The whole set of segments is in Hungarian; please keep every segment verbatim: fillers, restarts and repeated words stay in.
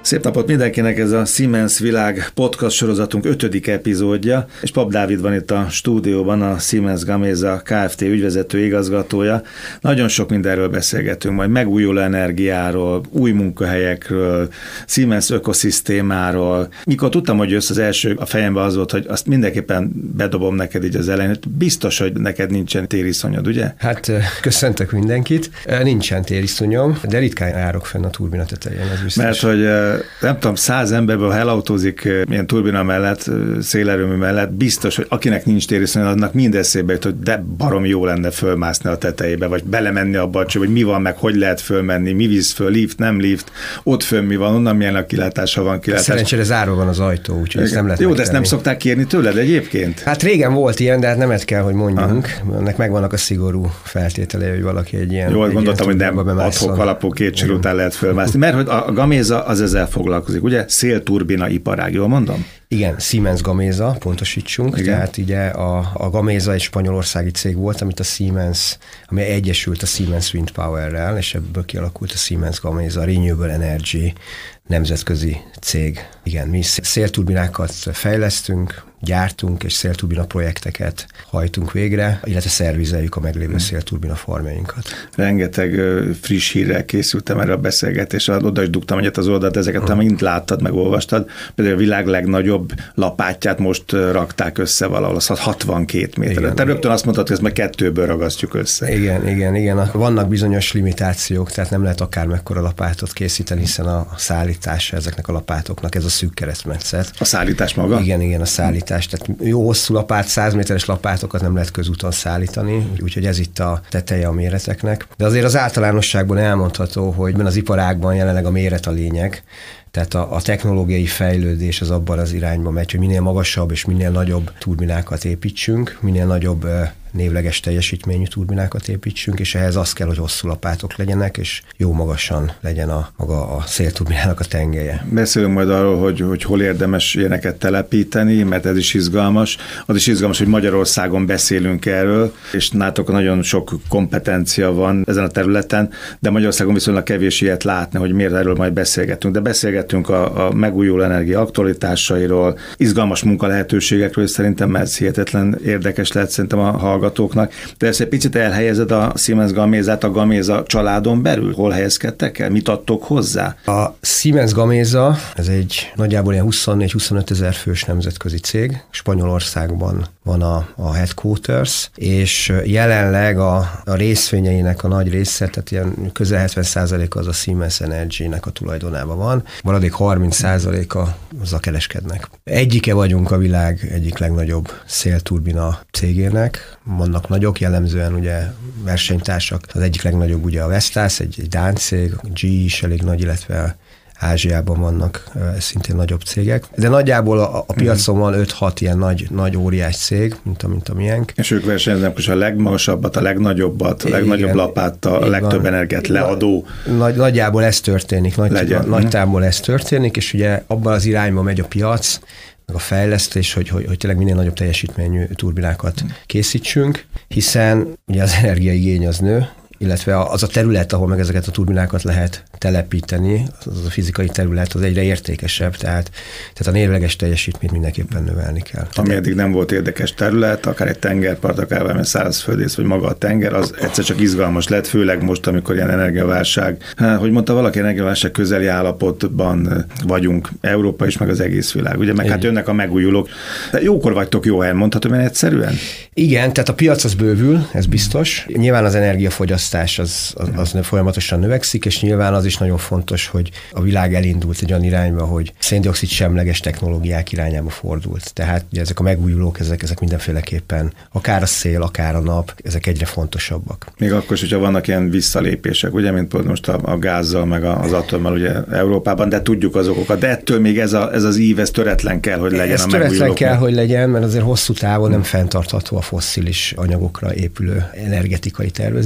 Szép napot mindenkinek, ez a Siemens Világ podcast sorozatunk ötödik epizódja, és Pap Dávid van itt a stúdióban, a Siemens Gamesa Kft. Ügyvezető igazgatója. Nagyon sok mindenről beszélgetünk, majd megújuló energiáról, új munkahelyekről, Siemens ökoszisztémáról. Mikor tudtam, hogy jössz, az első a fejemben az volt, hogy azt mindenképpen bedobom neked így az elején. Biztos, hogy neked nincsen tériszonyod, ugye? Hát köszöntök mindenkit. Nincsen tériszonyom, de ritkán járok fenn a turbina tetején, ez biztos. Mert hogy nem tudom, száz emberből, ha elautózik ilyen turbina mellett, szélerőmű mellett, biztos, hogy akinek nincs tériszony, annak mind eszébe jut, hogy de barom jó lenne fölmászni a tetejébe, vagy belemenni abba a csőbe, hogy mi van meg, hogy lehet fölmenni, mi visz föl, lift, nem lift, ott fönn mi van, onnan milyen a kilátása van, kilátás. Szerencsére zárva van az ajtó, úgyhogy ezt nem lehet Jó, de ezt nem szokták kérni tőled egyébként? Hát régen volt ilyen, de hát nem kell, hogy mondjunk. Aha. Ennek megvannak a szigorú feltételei, hogy valaki egy ilyen... Jól gondoltam, hogy nem adhok alapú két sor után lehet fölmászni, mert hogy a Gamesa az ezzel foglalkozik, ugye? Szélturbina iparág, jól mondom? Igen, Siemens Gamesa, pontosítsunk. Igen. Tehát ugye a, a Gamesa egy spanyolországi cég volt, amit a Siemens, ami egyesült a Siemens Wind Power-rel, és ebből kialakult a Siemens Gamesa Renewable Energy nemzetközi cég. Igen, mi szélturbinákat fejlesztünk, gyártunk, és szélturbina projekteket hajtunk végre, illetve szervizeljük a meglévő hmm. szélturbina farmjainkat. Rengeteg friss hírrel készültem erre a beszélgetésre, oda is dugtam egyet az oldalt, ezeket hmm. mind láttad, meg olvastad. Például a világ legnagyobb lapátját most rakták össze valahol, az hatvankét méter. Te rögtön azt mondtad, hogy ezt meg kettőből ragasztjuk össze. Igen, igen, igen. Vannak bizonyos limitációk, tehát nem lehet akár mekkora lapátot készíteni, hiszen a szállítása ezeknek a lapátoknak ez a szűk keresztmetszet. A szállítás maga? Igen, igen, a szállítás. Tehát jó hosszú lapát, száz méteres lapátokat nem lehet közúton szállítani, úgyhogy ez itt a teteje a méreteknek. De azért az általánosságban elmondható, hogy az iparágban jelenleg a méret a lényeg, tehát a, a technológiai fejlődés az abban az irányba megy, hogy minél magasabb és minél nagyobb turbinákat építsünk, minél nagyobb névleges teljesítményű turbinákat építsünk, és ehhez az kell, hogy hosszú lapátok legyenek, és jó magasan legyen a maga a szélturbinának a tengelye. Beszélünk majd arról, hogy, hogy hol érdemes ilyeneket telepíteni, mert ez is izgalmas. Az is izgalmas, hogy Magyarországon beszélünk erről, és nátok nagyon sok kompetencia van ezen a területen, de Magyarországon viszonylag kevés ilyet látni, hogy miért erről majd beszélgetünk. De beszélgetünk a, a megújuló energia aktualitásairól, izgalmas munkalehetőségekről, és szerintem ez hihetetlen érdekes lehet szerintem a hallgatóknak. De ezt egy picit elhelyezed a Siemens Gamesát a Gamesa családon belül? Hol helyezkedtek el? Mit adtok hozzá? A Siemens Gamesa, ez egy nagyjából ilyen huszonnégy-huszonöt ezer fős nemzetközi cég. Spanyolországban van a, a headquarters, és jelenleg a, a részvényeinek a nagy része, tehát ilyen közel hetven százaléka az a Siemens Energy-nek a tulajdonában van. Maradék harminc százaléka azzal kereskednek. Egyike vagyunk a világ egyik legnagyobb szélturbina cégének. Vannak nagyok, jellemzően ugye versenytársak. Az egyik legnagyobb ugye a Vestas, egy, egy dán cég, a gé é is elég nagy, illetve Ázsiában vannak szintén nagyobb cégek. De nagyjából a, a piacon van öt-hat ilyen nagy, nagy óriás cég, mint a, mint a miénk. És ők versenyeznek most a legmagasabbat, a legnagyobbat, a legnagyobb lapáttal, a legtöbb energiát leadó. Nagy, nagyjából ez történik, nagy, nagy távból ez történik, és ugye abban az irányba megy a piac, meg a fejlesztés, hogy, hogy, hogy tényleg minél nagyobb teljesítményű turbinákat készítsünk, hiszen ugye az energiaigény az nő, illetve az a terület, ahol meg ezeket a turbinákat lehet telepíteni, az a fizikai terület, az egyre értékesebb, tehát, tehát a névleges teljesítményt mindenképpen növelni kell. Ami eddig nem volt érdekes terület, akár egy tengerpart, akár valami szárazföldrész, vagy maga a tenger, az egyszer csak izgalmas lett, főleg most, amikor ilyen energiaválság, hát, hogy mondta valaki, energiaválság közeli állapotban vagyunk, Európa is, meg az egész világ. Ugye, meg hát jönnek a megújulók. De jókor vagytok jó helyen, mondhatom én egyszerűen? Igen, tehát a piac az bővül, ez biztos. Nyilván az energiafogyasztás az, az, az folyamatosan növekszik, és nyilván az is nagyon fontos, hogy a világ elindult egy olyan irányba, hogy széndioxid semleges technológiák irányába fordult. Tehát ugye ezek a megújulók, ezek, ezek mindenféleképpen, akár a szél, akár a nap, ezek egyre fontosabbak. Még akkor is, hogyha vannak ilyen visszalépések, ugye, mint például most a, a gázzal, meg az atommal ugye Európában, de tudjuk az okokat. De ettől még ez, a, ez az ív, ez töretlen kell, hogy legyen ez a megújulók. töretlen kell, hogy legyen, mert azért hosszú távon nem fenntartható a fosszilis anyagokra épülő energetikai tervezés. Ez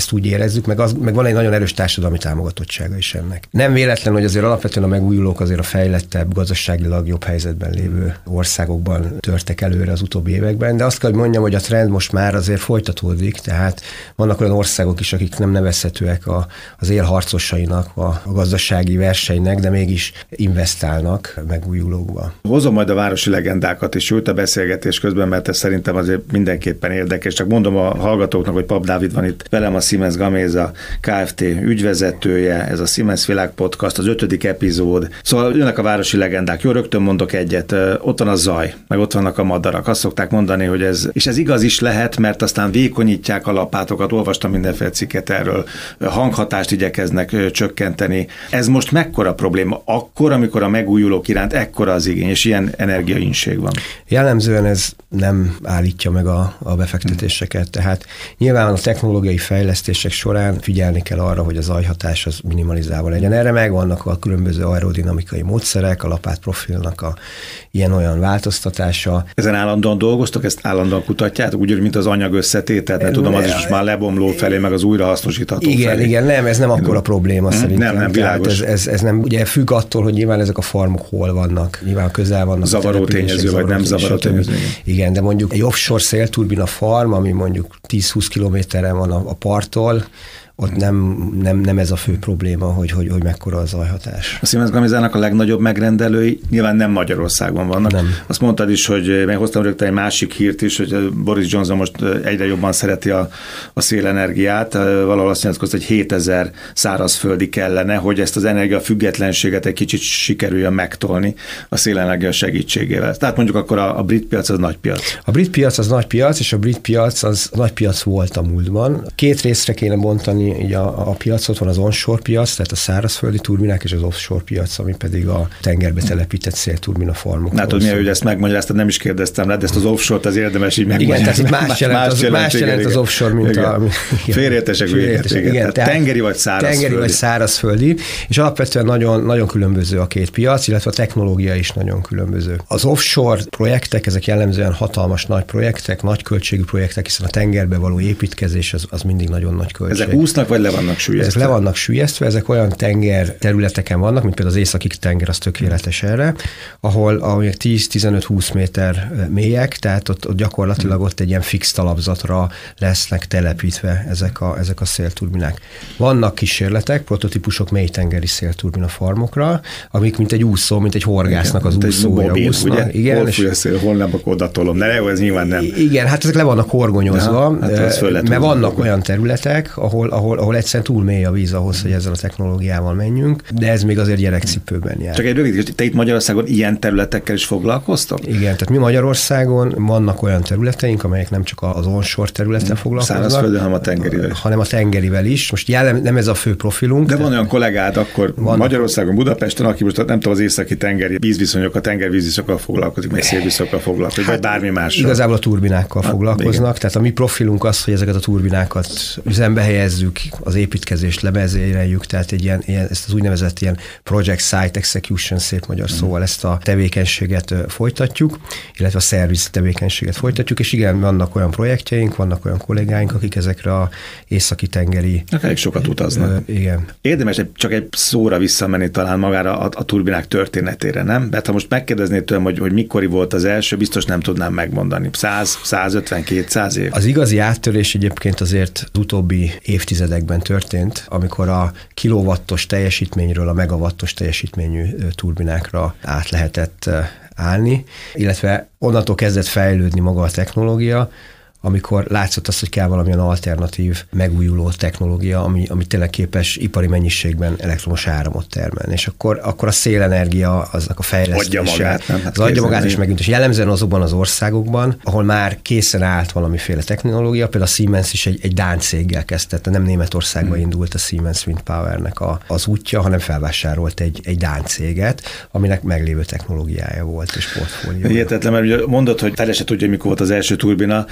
ezt úgy érezzük, meg, az, meg van egy nagyon erős társadalmi támogatottsága is ennek. Nem véletlen, hogy azért alapvetően a megújulók azért a fejlettebb, gazdaságilag jobb helyzetben lévő országokban törtek előre az utóbbi években, de azt kell, hogy mondjam, hogy a trend most már azért folytatódik, tehát vannak olyan országok is, akik nem nevezhetőek a, az élharcosainak, a, a gazdasági versenynek, de mégis investálnak megújulókba. Hozom majd a városi legendákat is jut a beszélgetés közben, mert ez szerintem azért mindenképpen érdekes. Csak mondom a hallgatóknak, hogy Pap Dávid van itt velem, a Siemens Gamesa Kft. Ügyvezetője, ez a Siemens Világ Podcast, az ötödik epizód. Szóval jönnek a városi legendák. Jó, rögtön mondok egyet. Ott van a zaj, meg ott vannak a madarak. Azt szokták mondani, hogy ez, és ez igaz is lehet, mert aztán vékonyítják a lapátokat, olvastam mindenféle cikket erről, hanghatást igyekeznek csökkenteni. Ez most mekkora probléma? Akkor, amikor a megújulók iránt ekkora az igény, és ilyen energiainség van. Jellemzően ez nem állítja meg a, a befektetéseket, tehát nyilván a technológiai fejlesztések során figyelni kell arra, hogy az zajhatás az minimalizálva legyen. Erre megvannak a különböző aerodinamikai módszerek, a lapát profilnak a ilyen-olyan változtatása. Ezen állandóan dolgoztok, ezt állandóan kutatjátok, úgy, mint az anyag összetételt, mert tudom, az is most már lebomló felé, meg az újrahasznosítható igen, felé. Igen, nem, ez nem akkora probléma hmm, szerintem. Nem, nem, világos. Ez, ez, ez nem, ugye függ attól, hogy nyilván ezek a farmok hol vannak, nyilván közel vannak. Zavaró tényező, vagy nem zavaró tényező. Igen, de mondjuk egy offshore szélturbina farm, ami mondjuk tíz-húsz kilométerre van a, a parttól, ott nem, nem, nem ez a fő probléma, hogy, hogy, hogy mekkora a zajhatás. A Siemens Gamesának a legnagyobb megrendelői nyilván nem Magyarországon vannak. Nem. Azt mondtad is, hogy meghoztam rögtön egy másik hírt is, hogy Boris Johnson most egyre jobban szereti a, a szélenergiát. Valahol azt nyilatkozta, hogy hétezer szárazföldi kellene, hogy ezt az energiafüggetlenséget egy kicsit sikerüljön megtolni a szélenergia segítségével. Tehát mondjuk akkor a, a brit piac az nagy piac. A brit piac az nagy piac, és a brit piac az nagy piac volt a múltban. Két részre kéne bontani így a, a piacot, van az onshore piac, tehát a szárazföldi turbinák, és az offshore piac, ami pedig a tengerbe telepített szélturbina farmok. Látod, mi, hogy ezt megmagyaráztad, nem is kérdeztem rá, de ezt az offshore-t az érdemes így megmagyarázni. Igen, tehát más jelent, az, más jelent az offshore, mint igen. a... Félreértesek véget. Igen, igen. Tehát tengeri vagy szárazföldi. Tengeri vagy szárazföldi, és alapvetően nagyon, nagyon különböző a két piac, illetve a technológia is nagyon különböző. Az offshore projektek, ezek jellemzően hatalmas nagy projektek, nagy költségű projektek, hiszen a tengerbe való építkezés az, az mindig nagyon nagy költség. Ezek úsznak, vagy le vannak sülyeztve? Ezek le vannak sülyeztve, ezek olyan tenger területeken vannak, mint például az északi tenger, az tökéletes erre, ahol, ahol tíz-tizenöt-húsz méter mélyek, tehát ott, ott gyakorlatilag ott egy ilyen fix talapzatra lesznek telepítve ezek a, ezek a szélturbinák. Vannak kísérletek, prototípusok mélytengeri szélturbina farmokra, amik mint egy úszó, mint egy horgásznak az igen, úszója mobil, úsznak. Ugye? Igen, hol fúj a szél, hol nem, akkor oda tolom. De jó, ez nyilván nem. Igen, hát ezek le vannak horgonyozva, ja, hát mert vannak dolog. olyan területek, ahol, ahol, ahol egyszerűen túl mély a víz ahhoz, hogy ezzel a technológiával menjünk, de ez még azért gyerekcipőben jár. Csak egy rövid, te itt Magyarországon ilyen területekkel is foglalkoztok? Igen, tehát mi Magyarországon vannak olyan területeink, amelyek nem csak az onshore területen foglalkoznak, szárazföldön, hanem a tengerivel. hanem a tengerivel is. Most jelen, nem ez a fő profilunk. De van olyan kollégád akkor vannak. Magyarországon, Budapesten, aki most nem tudom, az északi tengeri vízviszonyok, a tengervízviszonyokkal foglalkozik, meg szélviszonyokkal foglalkozik, hát, vagy bármi mással. Igazából a turbinákkal hát, foglalkoznak, igen. Tehát a mi profilunk az, hogy ezeket a turbinákat üzembe helyezzük, az építkezést levezéreljük, tehát egy ilyen, ilyen, ezt az úgynevezett ilyen project site execution, szép magyar szóval ezt a tevékenységet folytatjuk, illetve a szerviz tevékenységet folytatjuk, és igen, vannak olyan projektjeink, vannak olyan kollégáink, akik ezekre a északi tengeri... Elég sokat utaznak. Ö, igen. Érdemes csak egy szóra visszamenni talán magára a, a turbinák történetére, nem? Mert ha most megkérdeznéd tőlem, hogy, hogy mikori volt az első, biztos nem tudnám megmondani. száz, százötven, kétszáz év? Az igazi áttörés egyébként azért az utóbbi évtizedekben történt, amikor a kilowattos teljesítményről a megawattos teljesítményű turbinákra át lehetett állni, illetve onnantól kezdett fejlődni maga a technológia, amikor látszott az, hogy kell valamilyen alternatív, megújuló technológia, ami, ami tényleg képes ipari mennyiségben elektromos áramot termelni. És akkor, akkor a szélenergia aznak a fejlesztése. Adja magát, nem? Hát az adja magát, és megint. És jellemzően azokban az országokban, ahol már készen állt valamiféle technológia, például a Siemens is egy, egy dán céggel kezdett, nem Németországban hmm. indult a Siemens Wind Powernek a, az útja, hanem felvásárolt egy, egy dán céget, aminek meglévő technológiája volt, és portfólió. Hihetetlen, mert ugye mondod, hogy fel se tudja, mikor volt az első turbina, de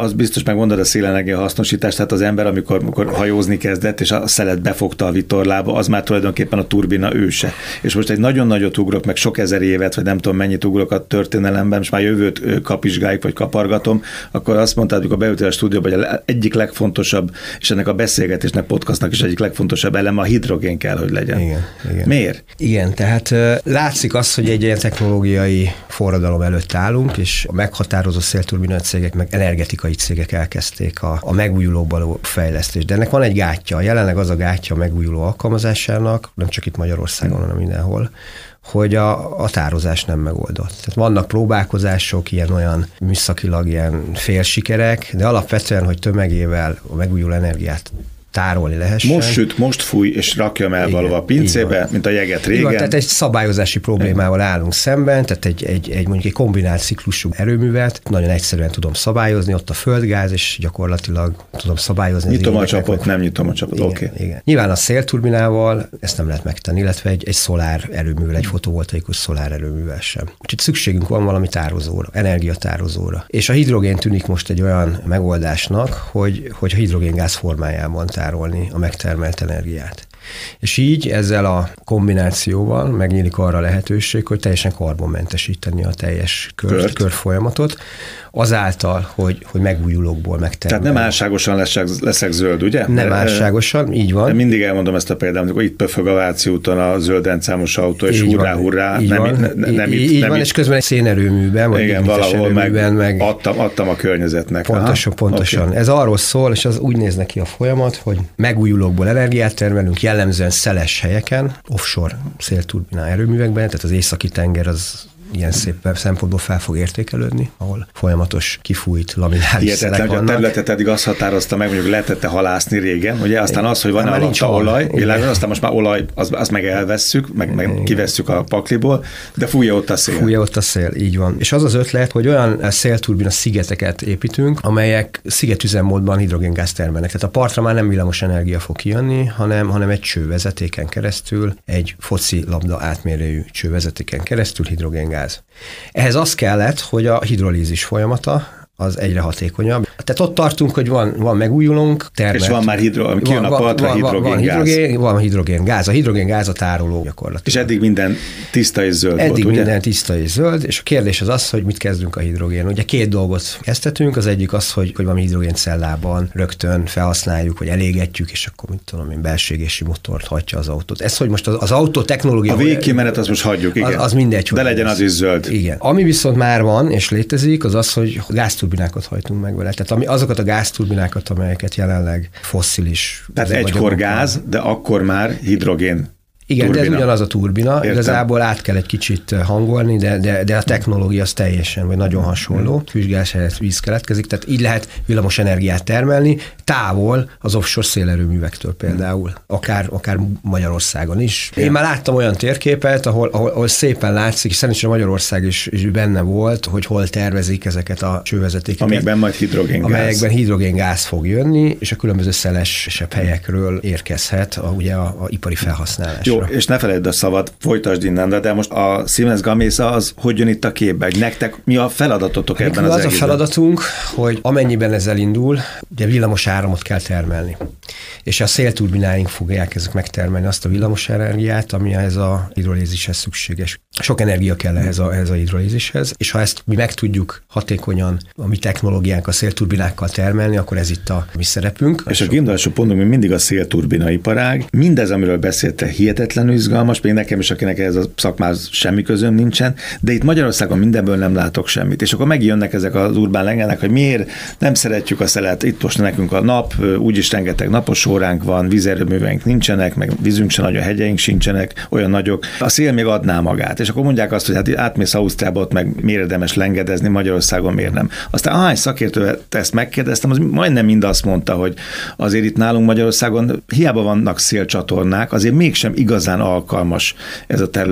az biztos megmondod a szélenergia hasznosítást, tehát az ember, amikor, amikor hajózni kezdett, és a szelet befogta a vitorlába, az már tulajdonképpen a turbina őse. És most egy nagyon nagyot ugrok, meg sok ezer évet, vagy nem tudom mennyit ugrok a történelemben, és már jövőt kapizsgáljuk, vagy kapargatom, akkor azt mondtad, amikor beültél a stúdióba, hogy az egyik legfontosabb, és ennek a beszélgetésnek, podcastnak is egyik legfontosabb eleme a hidrogén kell, hogy legyen. Igen, igen. Miért? Igen, tehát uh, látszik az, hogy egy ilyen technológiai forradalom előtt állunk, és a meghatározó szélturbina cégek, meg energetikai cégek elkezdték a, a megújulóba való fejlesztést. De ennek van egy gátja. Jelenleg az a gátja a megújuló alkalmazásának, nem csak itt Magyarországon, hanem mindenhol, hogy a, a tározás nem megoldott. Tehát vannak próbálkozások, ilyen-olyan műszakilag ilyen félsikerek, de alapvetően, hogy tömegével a megújuló energiát tárolni lehessen. Most süt, most fúj, és rakjam el valahol a pincébe, mint a jeget régen. Igen, tehát egy szabályozási problémával igen. állunk szemben, tehát egy, egy, egy mondjuk egy kombinált ciklusú erőművet nagyon egyszerűen tudom szabályozni, ott a földgáz, és gyakorlatilag tudom szabályozni. Nyitom a csapot, meg... nem nyitom a csapot, oké. Okay. Igen. Nyilván a szélturbinával ezt nem lehet megtenni, illetve egy, egy szolár erőművel, egy fotovoltaikus szolár erőművel sem. Úgyhogy szükségünk van valami tározóra, energiatározóra. És a hidrogén tűnik most egy olyan megoldásnak, hogy, hogy a hidrogéngáz formájában tárolni a megtermelt energiát. És így ezzel a kombinációval megnyílik arra a lehetőség, hogy teljesen karbonmentesíteni a teljes kör, körfolyamatot, azáltal, hogy, hogy megújulókból megtermelni. Tehát nem álságosan leszek, leszek zöld, ugye? Nem álságosan, így van. Mindig elmondom ezt a példát, amikor itt pöfög a Váci úton a zöld rendszámos autó, és így hurrá, hurrá. Így nem, van, nem, nem, nem így, itt, így nem van itt. És közben egy szénerőműben, vagy igen, valahol meg, meg adtam, adtam a környezetnek. Pontosan, Aha, pontosan. Okay. Ez arról szól, és az úgy néz neki a folyamat, hogy megújulókból energiát termelünk, jellemzően szeles helyeken, offshore szélturbina erőművekben, tehát az északi tenger az ilyen szép szempontból fel fog értékelődni, ahol folyamatos kifújt laminális hihetetlen, szelek vannak. A területet eddig azt határozta meg, mondjuk lehetette halászni régen, ugye, aztán az, hogy van-e alatta olaj, világos, aztán most már olaj, azt az meg elvesszük, meg, meg kivesszük a pakliból, de fújja ott a szél. Fújja ott a szél, így van. És az az ötlet, hogy olyan szélturbina szigeteket építünk, amelyek szigetüzemmódban hidrogéngáz termelnek. Tehát a partra már nem villamos energia fog kijönni, hanem, hanem egy csővezetéken keresztül, egy foci labda átmérőjű csővezetéken keresztül hidrogéngáz. Ehhez az kellett, hogy a hidrolízis folyamata az egyre hatékonyabb. Tehát ott tartunk, hogy van, van megújulónk, termelt. És van már hidro, kijön a partra hidrogéngáz. Van, hidrogén, van hidrogéngáz. A hidrogéngáz a tároló gyakorlatilag. És eddig minden tiszta és zöld eddig volt, ugye? Eddig minden tiszta és zöld, és a kérdés az az, hogy mit kezdünk a hidrogén. Ugye két dolgot kezdhetünk, az egyik az, hogy, hogy valami hidrogéncellában rögtön felhasználjuk, vagy elégetjük, és akkor mit tudom én, belső motort hajtja az autót. Ez, hogy most az, az autó technológia... A végkimenet azt most hagyjuk, igen. Az, az mindegy. De legyen az is zöld. Igen. Ami viszont már van, és létezik, az az, hogy gázturbinákat hajtunk meg vele. Tehát ami, azokat a gázturbinákat, amelyeket jelenleg fosszilis... Tehát egykor gáz, de akkor már hidrogén. Igen, turbina. de ez ugyanaz a turbina, Értem. Igazából át kell egy kicsit hangolni, de, de, de a technológia az teljesen, vagy nagyon hasonló. Füstgáz helyett víz keletkezik, tehát így lehet villamos energiát termelni, távol az offshore szélerőművektől például, akár, akár Magyarországon is. Én már láttam olyan térképet, ahol, ahol, ahol szépen látszik, és szerintem Magyarország is, is benne volt, hogy hol tervezik ezeket a csővezetékeket. Amikben majd hidrogéngáz. Amelyekben hidrogéngáz fog jönni, és a különböző szelesebb helyekről érkezhet a, ugye a, a ipari felhasználás. Jó, és ne felejtsd a szavad, folytasd innen, de most a Siemens Gamesa az hogy jön itt a képbe? Nektek mi a feladatotok Nekünk ebben az, az egészben? Az a feladatunk, hogy amennyiben ez elindul, ugye villamos áramot kell termelni. És a szélturbináink fogják ezek megtermelni azt a villamos energiát, ami ehhez a hidrolízishez szükséges. Sok energia kell ehhez a, ehhez a hidrolízishez, és ha ezt mi meg tudjuk hatékonyan a mi technológiánk a szélturbinákkal termelni, akkor ez itt a mi szerepünk. És a kiindulási pontunk még mindig a szélturbina iparág. Mindez, amiről beszéltél, hihetetlenül izgalmas, még nekem is, akinek ez a szakmához semmi közöm nincsen, de itt Magyarországon mindenből nem látok semmit. És akkor megjönnek ezek az urbán legendák, hogy miért nem szeretjük a szelet, itt most nekünk a nap, úgyis rengeteg napos óránk van, vízerőműveink nincsenek, meg vízünk sem nagyon, hegyeink sincsenek, olyan nagyok. A szél még adná magát. És akkor mondják azt, hogy hát átmész Ausztriába, ott meg miért érdemes lengedezni, Magyarországon miért nem. Aztán ahány szakértő ezt megkérdeztem, az majdnem mind azt mondta, hogy azért itt nálunk Magyarországon hiába vannak szélcsatornák, azért mégsem igazán alkalmas ez a terület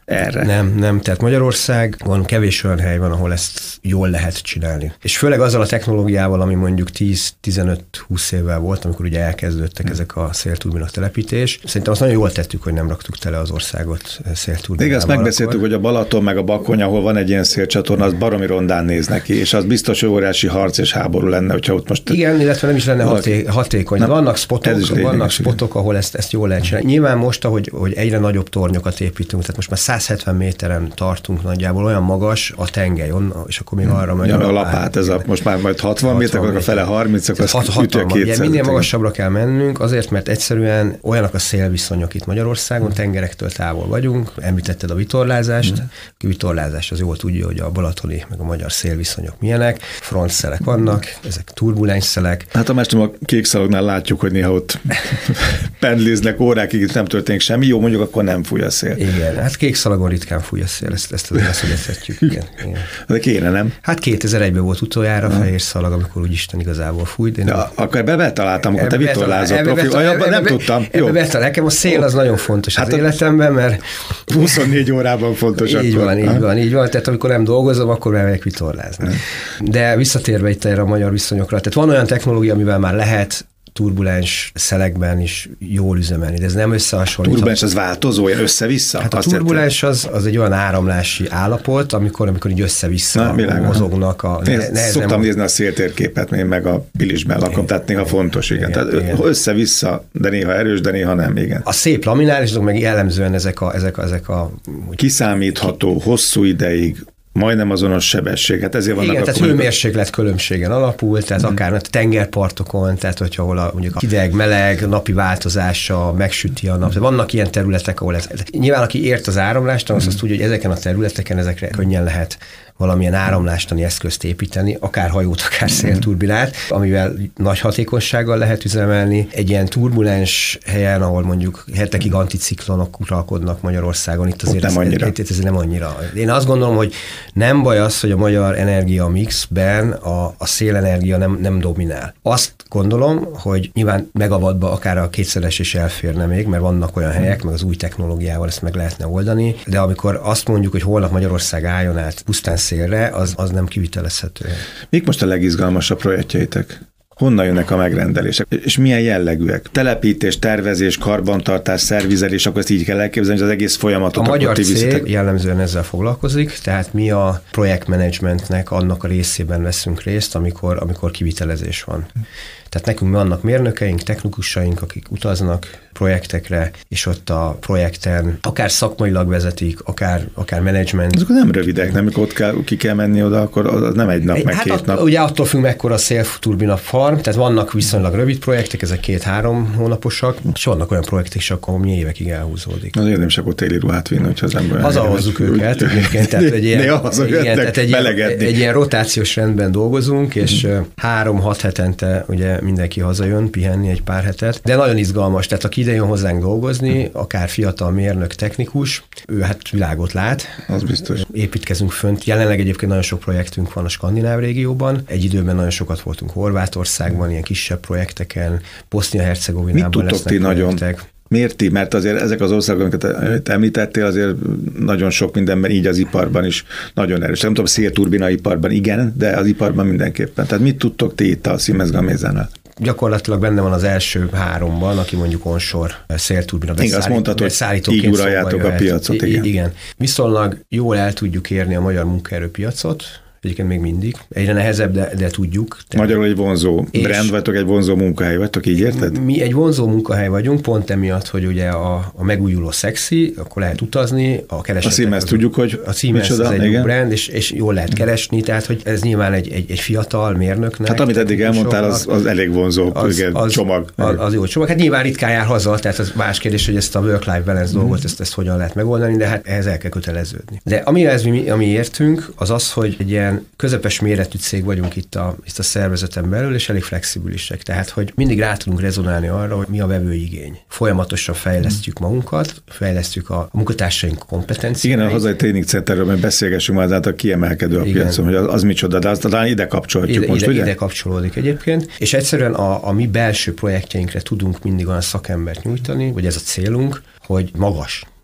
erre. Nem, nem. Tehát Magyarországon kevés olyan hely van, ahol ezt jól lehet csinálni. És főleg azzal a technológiával, ami mondjuk tíz-tizenöt-húsz évvel volt, amikor ugye elkezdődtek hmm. ezek a szélturbina telepítés. Szerintem azt nagyon jól tettük, hogy nem raktuk tele az országot szélturbinával. Igen, azt megbeszéltük, hogy a Balaton meg a Bakony, ahol van egy ilyen szélcsatorna, az baromi rondán néz neki, és az biztos, hogy óriási harc és háború lenne, hogyha ott most... Igen, illetve nem is lenne haté- hatékony. Na, vannak spotok, lényeges, vannak spotok, ahol ezt, ezt jól lehet csinálni. Nyilván most, ahogy, hogy egyre nagyobb tornyokat építünk, tehát most már száz hetven méteren tartunk nagyjából, olyan magas a tengely, on, és akkor még hmm. arra meg ja, a lapát, ez a, most már majd hatvan méter, akkor a fele harminc, akkor azt ütje kétszer. Minél magasabbra kell mennünk, azért, mert egyszerűen olyanak a szélviszonyok itt Magyarországon, tengerektől távol vagyunk, említetted a vitorlázást, hmm. a vitorlázás az jól tudja, hogy a balatoni meg a magyar szélviszonyok milyenek, frontszelek vannak, ezek turbulens szelek. Hát a másnap a kék szalagnál látjuk, hogy néha ott pendliznek órákig, itt nem történik semmi, jó, mondjuk akkor nem fúj a szél. Igen, hát kék szalagon ritkán fúj a szél, ezt, ezt azért leszögezhetjük. Igen, igen. De kéne, nem? Hát kétezer-egyben volt utoljára a fehér szalag, amikor úgy Isten igazából fújt. Ja, nem... Akkor ebbe betaláltam, akkor te vitorlázott profi. Abban nem tudtam. Ebbe betal, nekem a szél az nagyon fontos hát az életemben, mert... huszonnégy órában fontos. Így van, így van, így van. Tehát amikor nem dolgozom, akkor elmegyek vitorlázni. De visszatérve itt erre a magyar viszonyokra, tehát van olyan technológia, amivel már lehet turbulens szelekben is jól üzemelni, de ez nem összehasonlítható. Turbulens az változó, ilyen össze-vissza? Hát a turbulens az, az egy olyan áramlási állapot, amikor, amikor így össze-vissza Na, mozognak. A, ne, ne, szoktam nem... nézni a széltérképet, én meg a Pilisben lakom, tehát néha fontos, igen. igen, tehát igen. Össze-vissza, de néha erős, de néha nem, igen. A szép laminálisok meg jellemzően ezek a... Ezek a, ezek a kiszámítható, ki... hosszú ideig, majdnem azonos sebesség. Hát ezért vannak igen, a tehát hőmérséklet különbségen alapul, tehát hmm. akár a tengerpartokon, tehát hogyha ahol a, mondjuk a hideg, meleg, napi változása megsüti a nap. Vannak ilyen területek, ahol ez... Nyilván, aki ért az áramlást, az hmm. azt tudja, hogy ezeken a területeken ezekre könnyen lehet valamilyen áramlástani eszközt építeni, akár hajót, akár szélturbinát, amivel nagy hatékonysággal lehet üzemelni. Egy ilyen turbulens helyen, ahol mondjuk hetekig anticiklonok uralkodnak Magyarországon, itt azért nem, ez, annyira. Ez, ez nem annyira. Én azt gondolom, hogy nem baj az, hogy a magyar energia mixben a, a szélenergia nem, nem dominál. Azt gondolom, hogy nyilván megawattba akár a kétszeres is elférne még, mert vannak olyan helyek, meg az új technológiával ezt meg lehetne oldani, de amikor azt mondjuk, hogy holnap Magyarország álljon át pusztán szélre, az, az nem kivitelezhető. Mik most a legizgalmasabb projektjeitek? Honnan jönnek a megrendelések? És milyen jellegűek? Telepítés, tervezés, karbantartás, szervizelés, akkor ezt így kell elképzelni, hogy az egész folyamatot a magyar cég viszitek. Jellemzően ezzel foglalkozik, tehát mi a projektmenedzsmentnek annak a részében veszünk részt, amikor, amikor kivitelezés van. Tehát nekünk vannak mérnökeink, technikusaink, akik utaznak projektekre, és ott a projekten akár szakmailag vezetik, akár, akár menedzsment. Azok nem rövidek, nem? Amikor ott kell, ki kell menni oda, akkor az nem egy nap, egy, meg hát két att, nap. Ugye attól függ, mekkora a szélturbina farm, tehát vannak viszonylag rövid projektek, ezek két-három hónaposak, és vannak olyan projektek is, akkor mi évekig elhúzódik. Az érdemes akkor téli ruhát vinni, hogyha az ember... Hazahozzuk őket, egyébként, tehát egy ilyen, igen, tehát egy, ilyen, egy ilyen rotációs rendben dolgozunk, és mm. három-hat hetente ugye mindenki hazajön pihenni egy pár hetet, de nagyon izgalmas, tehát aki ide jön hozzánk dolgozni, akár fiatal mérnök, technikus, ő hát világot lát. Az biztos. Építkezünk fönt. Jelenleg egyébként nagyon sok projektünk van a skandináv régióban. Egy időben nagyon sokat voltunk Horvátországban, ilyen kisebb projekteken, Bosznia-Hercegovinában lesznek ti projektek. Nagyon? Miért ti? Mert azért ezek az országok, amiket említettél, azért nagyon sok mindenben, így az iparban is nagyon erős. Nem tudom, szélturbina iparban igen, de az iparban mindenképpen. Tehát mit tudtok ti itt a Siemens Gamézánál? Gyakorlatilag benne van az első háromban, aki mondjuk onshore szélturbina beszállító. Igen, azt mondtad, hogy így uraljátok a piacot. Igen. igen. Viszonylag jól el tudjuk érni a magyar munkaerőpiacot, egyébként még mindig. Egyre nehezebb, de, de tudjuk. Tehát magyarul egy vonzó brand vagytok, egy vonzó munkahely vagytok, így érted? Mi egy vonzó munkahely vagyunk, pont emiatt, hogy ugye a, a megújuló szexi, akkor lehet utazni, a keresetek. A Siemens tudjuk, hogy a Siemens az egy jó brand, és, és jól lehet keresni, tehát hogy ez nyilván egy, egy, egy fiatal mérnöknek. Hát amit eddig elmondtál, az, az elég vonzó az, igen, az, csomag. Az, az jó csomag. Hát nyilván ritkán jár haza, tehát az más kérdés, hogy ezt a work-life balance mm. dolgot, ezt, ezt hogyan lehet megoldani, de hát ehhez el kell köteleződni. De amihez mi, ami értünk, az az, hogy egy ilyen közepes méretű cég vagyunk itt a, itt a szervezeten belül, és elég flexibilisek. Tehát, hogy mindig rá tudunk rezonálni arra, hogy mi a vevőigény. Folyamatosan fejlesztjük magunkat, fejlesztjük a munkatársaink kompetenciáit. Igen, a hazai tréning centerről, mert beszélgessünk már, tehát a kiemelkedő a igen. piacon, hogy az, az micsoda, de azt talán ide kapcsolhatjuk ide, most, ide, ugye? Ide kapcsolódik egyébként, és egyszerűen a, a mi belső projektjeinkre tudunk mindig olyan szakembert nyújtani, vagy ez a célunk, hogy magas.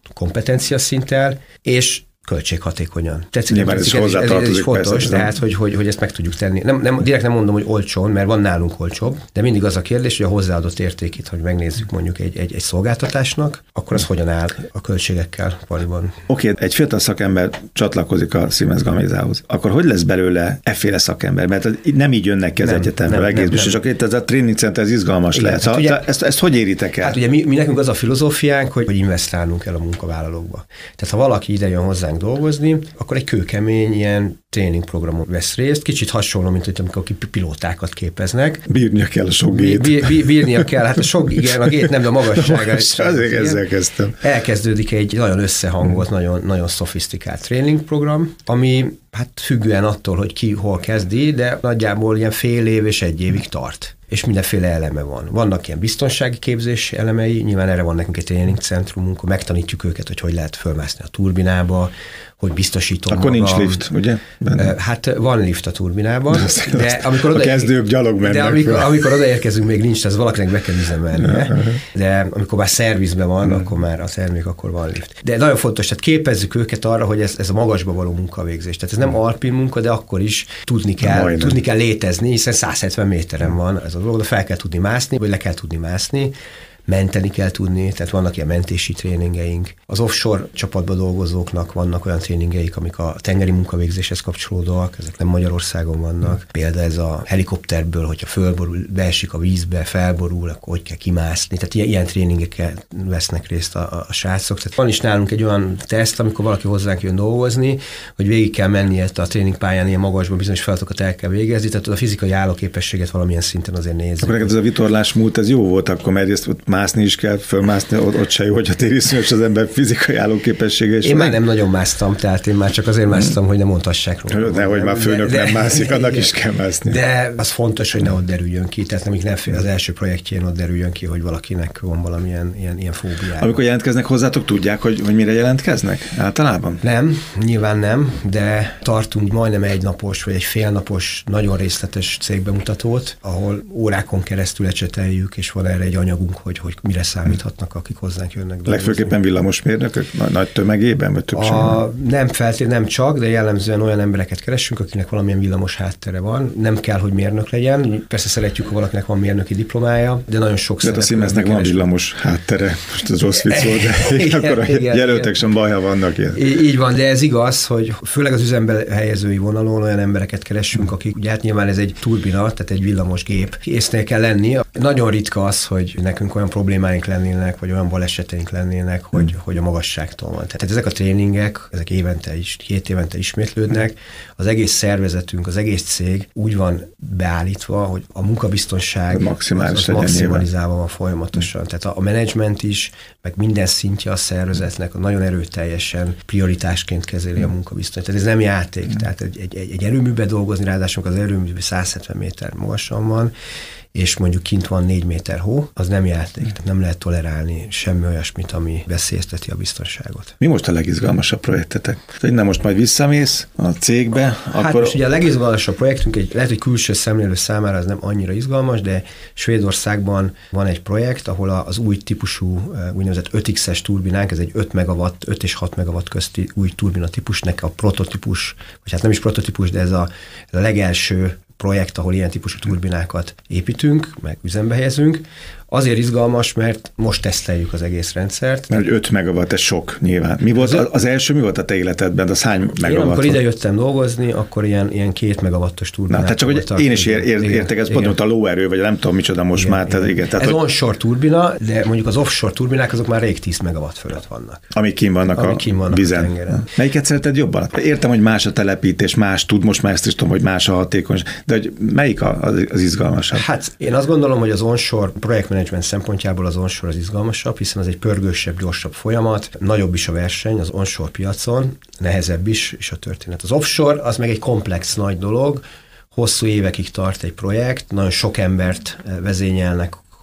kompetencia szinttel, és költséghatékonyan. Tetszik, Nyilván ez, ez, ez, ez is fontos, persze, tehát, hogy, hogy, hogy ezt meg tudjuk tenni. Nem, nem, direkt nem mondom, hogy olcsón, mert van nálunk olcsóbb, de mindig az a kérdés, hogy a hozzáadott értékét, hogy megnézzük mondjuk egy, egy, egy szolgáltatásnak, akkor az hogyan áll a költségekkel pariban. Oké, okay, egy fiatal szakember csatlakozik a Siemens Gamézához. Akkor hogy lesz belőle efféle szakember? Mert nem így jönnek ki az nem, egyetemre, nem, egész nem, biztos, csak itt ez a training center, ez izgalmas igen, lehet. Hát ugye, ezt, ezt hogy éritek el? Hát ugye mi, mi nekünk az a filozófiánk, hogy, hogy investálnunk kell a munkavállalókba. Tehát ha valaki ide jön hozzánk dolgozni, akkor egy kőkemény ilyen tréningprogramon vesz részt, kicsit hasonló, mint hogy amikor pilótákat képeznek. Bírnia kell a sok gét. Bí, bí, bírnia kell, hát a sok, igen, a gét nem, de a magassága. Azért ezzel kezdtem. Elkezdődik egy nagyon összehangolt, hmm. nagyon, nagyon szofisztikált tréningprogram, ami hát függően attól, hogy ki hol kezdi, de nagyjából ilyen fél év és egy évig tart. És mindenféle eleme van. Vannak ilyen biztonsági képzés elemei, nyilván erre van nekünk egy tréningcentrumunk, megtanítjuk őket, hogy hogy lehet fölmászni a turbinába, hogy biztosítom Akkor magam. Nincs lift, ugye? Benne. Hát van lift a turbinában, de amikor oda, a kezdők gyalog mennek. De amikor, amikor odaérkezünk, még nincs, ez valakinek be kell üzemelnie, de amikor már szervizben van, uh-huh. akkor már a termék, akkor van lift. De nagyon fontos, tehát képezzük őket arra, hogy ez, ez a magasba való munkavégzés. Tehát ez nem alpin munka, de akkor is tudni kell, tudni kell létezni, hiszen száz hetven méteren van ez a dolog, de fel kell tudni mászni, vagy le kell tudni mászni, menteni kell tudni, tehát vannak ilyen mentési tréningeink. Az offshore csapatban dolgozóknak vannak olyan tréningeik, amik a tengeri munkavégzéshez kapcsolódóak, ezek nem Magyarországon vannak. Például ez a helikopterből, hogyha fölborul, beesik a vízbe, felborul, akkor hogy kell kimászni. Tehát ilyen, ilyen tréningekkel vesznek részt a, a srácok. Tehát van is nálunk egy olyan teszt, amikor valaki hozzánk jön dolgozni, hogy végig kell menni ezt a tréningpályán ilyen magasban, bizonyos feladatokat el kell végezni, tehát a fizikai állóképességet valamilyen szinten azért nézni. Akkor neked ez a vitorlás múlt, ez jó volt, akkor mert ezt mászni is kell, fölmászni, ott, ott se jó, hogyha tériszonyos az ember fizikai állóképessége. Én már nem nagyon másztam, tehát én már csak azért másztam, hogy ne mondhassák róla. Nehogy már főnök de, nem mászik, annak de, is kell mászni. De az fontos, hogy ne ott derüljön ki, tehát nem, nem fél az első projektjén ott derüljön ki, hogy valakinek van valamilyen ilyen, ilyen fóbiája. Amikor jelentkeznek hozzátok, tudják, hogy, hogy mire jelentkeznek általában? Nem, nyilván nem, de tartunk majdnem egy napos vagy egy félnapos, nagyon részletes cégbemutatót, ahol órákon keresztül ecseteljük, és van erre egy anyagunk, hogy, hogy mire számíthatnak, akik hozzánk jönnek dolgozni. Legfőképpen villamosmérnökök? Nagy, nagy tömegében? Vagy a, nem feltétlenül, nem csak, de jellemzően olyan embereket keresünk, akinek valamilyen villamos háttere van. Nem kell, hogy mérnök legyen. Persze szeretjük, ha valakinek van mérnöki diplomája, de nagyon sok de a Siemensnek van villamos háttere. Most az rossz vicc volt, de igen, akkor a igen, jelöltek sem bajha vannak ilyen. Így van, de ez igaz, hogy főleg az üzembe helyezői vonalon olyan embereket keresünk, akik, ugye hát nyilván ez egy turbina, tehát egy villamos gép. Észnél kell lenni. Nagyon ritka az, hogy nekünk olyan problémáink lennének, vagy olyan baleseteink lennének, hogy, hmm. hogy a magasságtól van. Tehát ezek a tréningek, ezek évente is, két évente ismétlődnek. Az egész szervezetünk, az egész cég úgy van beállítva, hogy a munkabiztonság maximális az, az maximalizálva van folyamatosan. Hmm. Tehát a, a menedzsment is, meg minden szintje a szervezetnek nagyon erőteljesen prioritásként kezeli hmm. a munkabiztonságot. Tehát ez nem játék. Hmm. Tehát egy, egy, egy erőműben dolgozni, ráadásul az erőműben száz hetven méter magasan van, és mondjuk kint van négy méter hó, az nem játék, tehát nem lehet tolerálni semmi olyasmit, ami veszélyezteti a biztonságot. Mi most a legizgalmasabb projektetek? Innen most majd visszamész a cégbe, hát akkor... most ugye a legizgalmasabb projektünk, egy, lehet, hogy külső szemlélő számára ez nem annyira izgalmas, de Svédországban van egy projekt, ahol az új típusú úgynevezett öt iksz-es turbinánk, ez egy öt megawatt, öt és hat megawatt közti új turbina típusnak a prototípus, vagy hát nem is prototípus, de ez a, ez a legelső projekt, ahol ilyen típusú turbinákat építünk, meg üzembe helyezünk. Azért izgalmas, mert most teszteljük az egész rendszert. Mert öt megawatt, ez sok nyilván. Mi volt az, az első, mi volt a te életedben? Az hány megawatt? Én amikor ide jöttem dolgozni, akkor ilyen, ilyen két megawattos turbinák. Na, tehát csak, hogy én is ér, ér, értek, ez pont a lóerő, vagy nem tudom micsoda most igen, már. Tehát, igen, tehát, ez hogy... onshore turbina, de mondjuk az offshore turbinák azok már rég tíz megawatt fölött vannak. Amik kín vannak Amik a kín vannak vizen. A tengeren. Melyiket szereted jobban? Értem, hogy más a telepítés, más tud, most már ezt is tudom, hogy más a hatékonyság, de hogy melyik az, az izgalmasabb? Hát én azt gondolom, hogy az onshore projektmenedzsment szempontjából az onshore az izgalmasabb, hiszen az egy pörgősebb, gyorsabb folyamat, nagyobb is a verseny az onshore piacon, nehezebb is, és a történet. Az offshore az meg egy komplex nagy dolog, hosszú évekig tart egy projekt, nagyon sok embert vezényelnek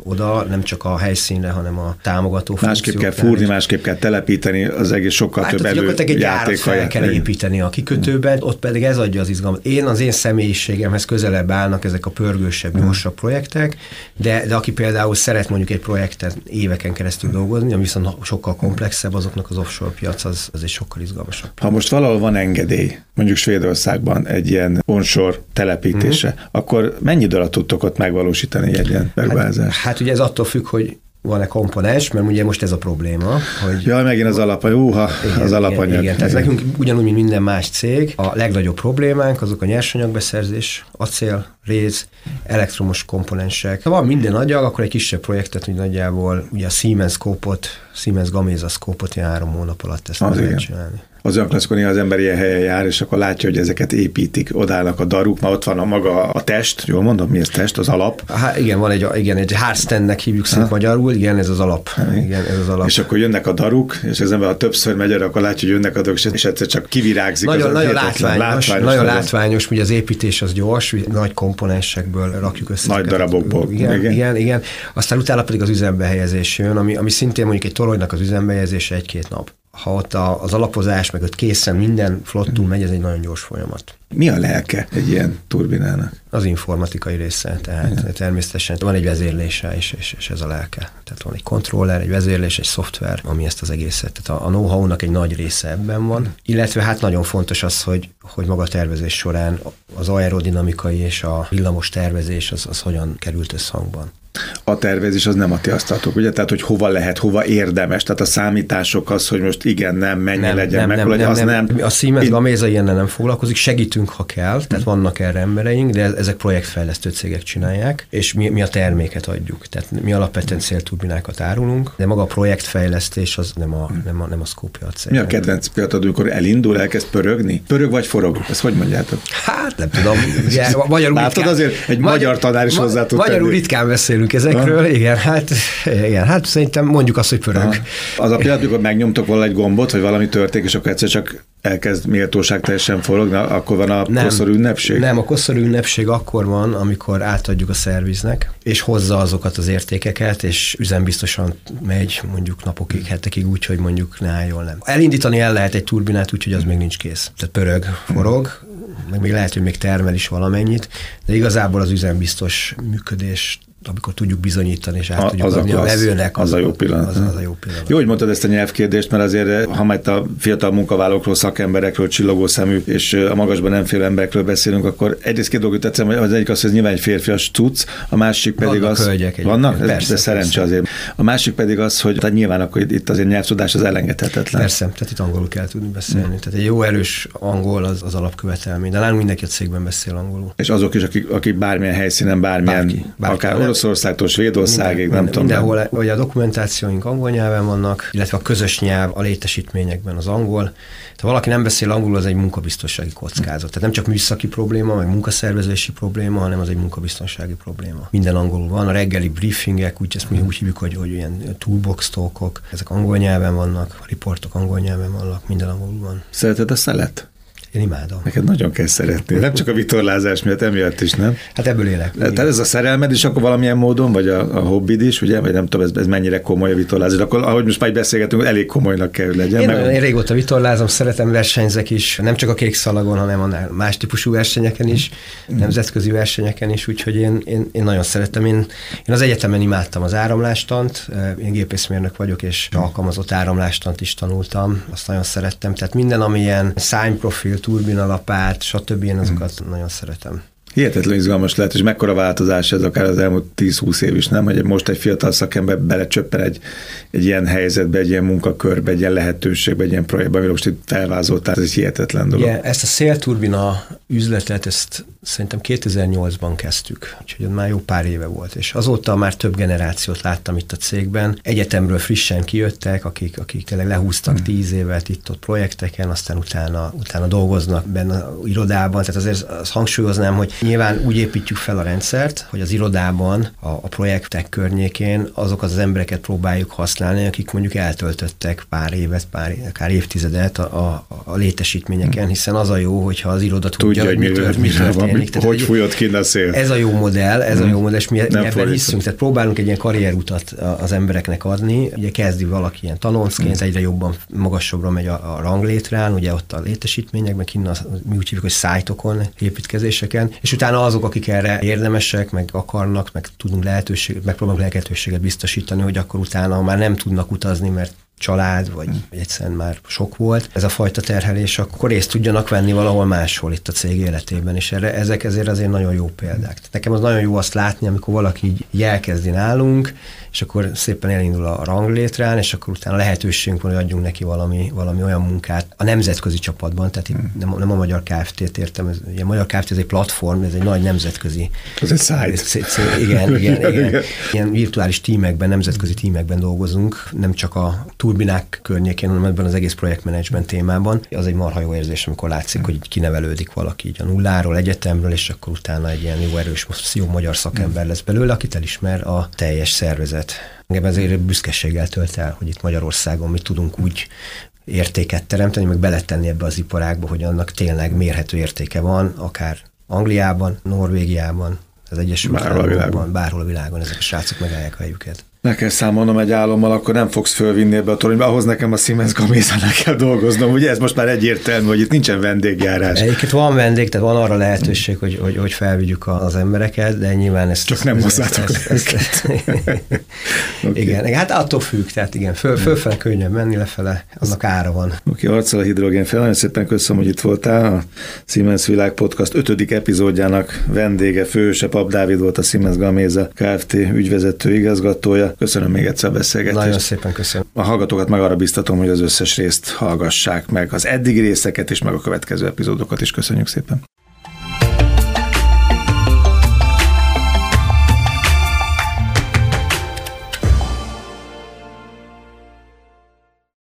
oda, nem csak a helyszínre, hanem a támogató másképp kell fúrni, másképp kell telepíteni, az egész sokkal hát több előjátékkal fel kell építeni a kikötőben, ott pedig ez adja az izgalmat. Én az én személyiségemhez közelebb állnak ezek a pörgősebb, gyorsabb projektek, de, de aki például szeret mondjuk egy projektet éveken keresztül dolgozni, ami viszont sokkal komplexebb, azoknak az offshore piac az, az egy sokkal izgalmasabb. Ha most valahol van engedély, mondjuk Svédországban egy ilyen onshore telepítése, mm-hmm. akkor mennyi idő alatt tudtok ott megvalósítani egy ilyen beruházást? Hát, hát ugye ez attól függ, hogy van-e komponens, mert ugye most ez a probléma, hogy... Jaj, megint az alapanyag, úha, igen, az alapanyag. Igen, igen. Tehát nekünk ugyanúgy, mint minden más cég, a legnagyobb problémánk azok a nyersanyagbeszerzés, acél, réz, elektromos komponensek. Ha van minden anyag, akkor egy kisebb projektet, úgy nagyjából ugye a Siemens Scope-ot, Siemens Gamesa Scope-ot ilyen három hónap alatt ezt meg lehet csinálni. Az olyan klasszikon, az ember ilyen helyen jár, és akkor látja, hogy ezeket építik, odállnak a daruk, már ott van a maga a test, jól mondom, mi ez test, az alap? Há, igen, van egy, igen, egy hardstandnek hívjuk szép magyarul, igen, ez az alap. Igen, ez az alap. És akkor jönnek a daruk, és az ember, ha többször megy erre, akkor látja, hogy jönnek a daruk, és egyszer csak kivirágzik. Nagyon, az nagyon látványos, látványos, nagyon nagyon látványos, ugye az építés az gyors, nagy komponensekből rakjuk össze. Nagy darabokból. Igen, igen, igen, igen. Aztán utána pedig az üzembe helyezés jön, ami, ami szintén mondjuk egy toronynak az üzembe helyezése egy-két nap. Ha ott az alapozás, meg ott készen minden flottul megy, ez egy nagyon gyors folyamat. Mi a lelke egy ilyen turbinának? Az informatikai része, tehát igen. Természetesen van egy vezérlése, és, és, és ez a lelke. Tehát van egy kontroller, egy vezérlés, egy szoftver, ami ezt az egészet. Tehát a, a know-how-nak egy nagy része ebben van. Illetve hát nagyon fontos az, hogy, hogy maga a tervezés során az aerodinamikai és a villamos tervezés az, az hogyan került összhangban. A tervezés az nem a ti asztalatok, ugye? Tehát, hogy hova lehet, hova érdemes. Tehát a számítások az, hogy most igen, nem, mennyi nem, legyen, nem, meg, nem, az nem, nem. A Siemens Gamesa ilyennel nem foglalkozik, segítünk, ha kell, tehát vannak erre embereink, de ezek projektfejlesztő cégek csinálják, és mi, mi a terméket adjuk. Tehát mi alapvetően célturbinákat árulunk, de maga a projektfejlesztés az nem a, nem a, nem a Scope cég. Mi a kedvenc példátod, amikor elindul, elkezd pörögni? Pörög vagy forog? Ezt hogy mondjátok? Hát nem tudom. Ugye, magyarul Látod, ritkán, azért egy magyar, magyar tanár is hozzá tud Magyarul tenni. Ritkán beszélünk ezekről, ha? igen, hát, igen, hát szerintem mondjuk azt, hogy pörög. Ha. Az a pillanat, amikor megnyomtok valahogy gombot, vagy valami történik, és akkor egyszer csak elkezd méltóság teljesen forogni, akkor van a nem, koszorú ünnepség? Nem, a koszorú ünnepség akkor van, amikor átadjuk a szerviznek, és hozza azokat az értékeket, és üzembiztosan megy mondjuk napokig, hetekig úgy, hogy mondjuk ne álljon nem. Elindítani el lehet egy turbinát úgy, hogy az még nincs kész. Tehát pörög, forog, meg még lehet, hogy még termel is valamennyit, de igazából az üzembiztos működés, amikor tudjuk bizonyítani, és át a, tudjuk adni a, a vevőnek. Az, az, a jó pillanat. Az, az a jó pillanat. Jó, hogy mondtad ezt a nyelvkérdést, mert azért, ha majd a fiatal munkavállalókról, szakemberekről, csillogó szemű és a magasban nem félő emberekről beszélünk, akkor egyrészt két dolgot tetszem, hogy az egyik az, hogy ez nyilván egy férfias cucc, a másik pedig vannak az... Hölgyek vannak? Persze, ez, de szerencse persze. Azért. A másik pedig az, hogy tehát nyilván akkor itt azért nyelvtudás az elengedhetetlen. Persze, tehát itt angolul kell tudni beszélni. Hmm. Tehát egy jó erős angol az, az alapkövetelmény, de nálunk mindenki a cégben beszél angolul. És azok is, akik, akik bármilyen helyszínen, bármilyen, bárki, bárki, akár Oroszországtól, Svédországig, minden, nem tudom. Mindenhol, hogy a dokumentációink angol nyelven vannak, illetve a közös nyelv a létesítményekben az angol. Ha valaki nem beszél angolul, az egy munkabiztonsági kockázat. Tehát nem csak műszaki probléma, meg munkaszervezési probléma, hanem az egy munkabiztonsági probléma. Minden angolul van, a reggeli briefingek, úgy ezt mi úgy hívjuk, hogy, hogy ilyen toolbox talkok, ezek angol nyelven vannak, a riportok angol nyelven vannak, minden angolul van. Szereted a szelet? Én imádom. Neked nagyon kell szeretni. Nem csak a vitorlázás miatt, emiatt is, nem? Hát ebből élek. Tehát ez a szerelmed is akkor valamilyen módon, vagy a, a hobbid is, ugye? Vagy nem tudom, ez, ez mennyire komoly a vitorlázás. Akkor, ahogy most már beszélgetünk, elég komolynak kell, hogy legyen. Én, meg... én régóta vitorlázom, szeretem, versenyzek is, nem csak a kék szalagon, hanem a más típusú versenyeken is, mm. nemzetközi versenyeken is, úgyhogy én, én, én nagyon szeretem. Én, én az egyetemen imádtam az áramlástant, én gépészmérnök vagyok, és alkalmazott áramlástant is tanultam, azt nagyon szerettem. Tehát minden, ami ilyen szárnyprofil, turbinalapát, stb. Én azokat hmm. nagyon szeretem. Hihetetlen izgalmas lehet, és mekkora változás ez akár az elmúlt tíz-húsz év is, nem? Hogy most egy fiatal szakember belecsöppen egy, egy ilyen helyzetbe, egy ilyen munkakörbe, egy ilyen lehetőségbe, egy ilyen projektbe, amiről most itt felvázoltál, ez egy hihetetlen dolog. Igen, ezt a szélturbina üzletet, ezt szerintem kétezer-nyolcban kezdtük, úgyhogy már jó pár éve volt, és azóta már több generációt láttam itt a cégben. Egyetemről frissen kijöttek, akik, akik tényleg lehúztak hmm. tíz évet itt-ott projekteken, aztán utána, utána dolgoznak benne a irodában, tehát azért azt hangsúlyoznám, hogy Nyilván úgy építjük fel a rendszert, hogy az irodában, a, a projektek környékén azokat az embereket próbáljuk használni, akik mondjuk eltöltöttek pár évet, pár, akár évtizedet a, a, a létesítményeken, hiszen az a jó, hogyha az iroda tudja, tudja hogy mi, tört, mi történik. Van, hogy fújott ki a szél. Ez a jó modell, ez hmm. a jó modell, és mi, mi ebben hiszünk, tehát próbálunk egy ilyen karrierutat az embereknek adni. Ugye kezdi valaki ilyen tanoncként, hmm. egyre jobban magasabbra megy a, a ranglétrán, ugye ott a létesítményekben, kinn a, mi úgy hívjuk, hogy szájtokon, építkezéseken, és utána azok, akik erre érdemesek, meg akarnak, meg tudunk lehetőséget, megpróbálunk lehetőséget biztosítani, hogy akkor utána már nem tudnak utazni, mert család, vagy hmm. egyszerűen már sok volt ez a fajta terhelés, akkor részt tudjanak venni valahol máshol itt a cég életében, és erre, ezek ezért azért nagyon jó példák. Nekem az nagyon jó azt látni, amikor valaki így elkezdi nálunk, és akkor szépen elindul a ranglétrán, és akkor utána lehetőségünk van, hogy adjunk neki valami, valami olyan munkát a nemzetközi csapatban, tehát itt hmm. nem, nem a Magyar Kft-t értem, ez, ugye a Magyar Kft. Ez egy platform, ez egy nagy nemzetközi... Ez egy site. Igen, igen, igen. Ilyen virtuális tímekben, nemzetközi tímekben dolgozunk, nem csak a turbinák környékén, hanem ebben az egész projektmenedzsment témában. Az egy marha jó érzés, amikor látszik, hmm. hogy így kinevelődik valaki így a nulláról, egyetemről, és akkor utána egy ilyen jó erős, jó magyar szakember lesz belőle, akit elismer a teljes szervezet. Engem ezért büszkeséggel tölt el, hogy itt Magyarországon mi tudunk úgy értéket teremteni, meg beletenni ebbe az iparágba, hogy annak tényleg mérhető értéke van, akár Angliában, Norvégiában, az Egyesült Államokban, bárhol a világon ezek a srácok megállják a helyüket. Meg kell számolnom egy álommal, akkor nem fogsz fölvinni ebbe a toronyba, ahhoz nekem a Siemens Gamésánál kell dolgoznom. Ugye ez most már egyértelmű, hogy itt nincsen vendégjárás. Egyébként van vendég, tehát van arra lehetőség, hogy, hogy, hogy felvigyük az embereket, de nyilván ezt... Csak ezt, nem hozzátok ezt, ezt, ezt, okay. Igen, hát attól függ, tehát igen, föl, fölfele könnyebb menni, lefele, annak ára van. Oké, okay, Arccal a hidrogén fel, nagyon szépen köszönöm, hogy itt voltál. A Siemens Világ Podcast ötödik epizódjának vendége, főhőse Papp Dávid volt, a Siemens Gamesa Kft. Ügyvezető igazgatója. Köszönöm még egyszer a beszélgetést. Nagyon szépen köszönöm. A hallgatókat meg arra biztatom, hogy az összes részt hallgassák meg, az eddigi részeket és meg a következő epizódokat is. Köszönjük szépen.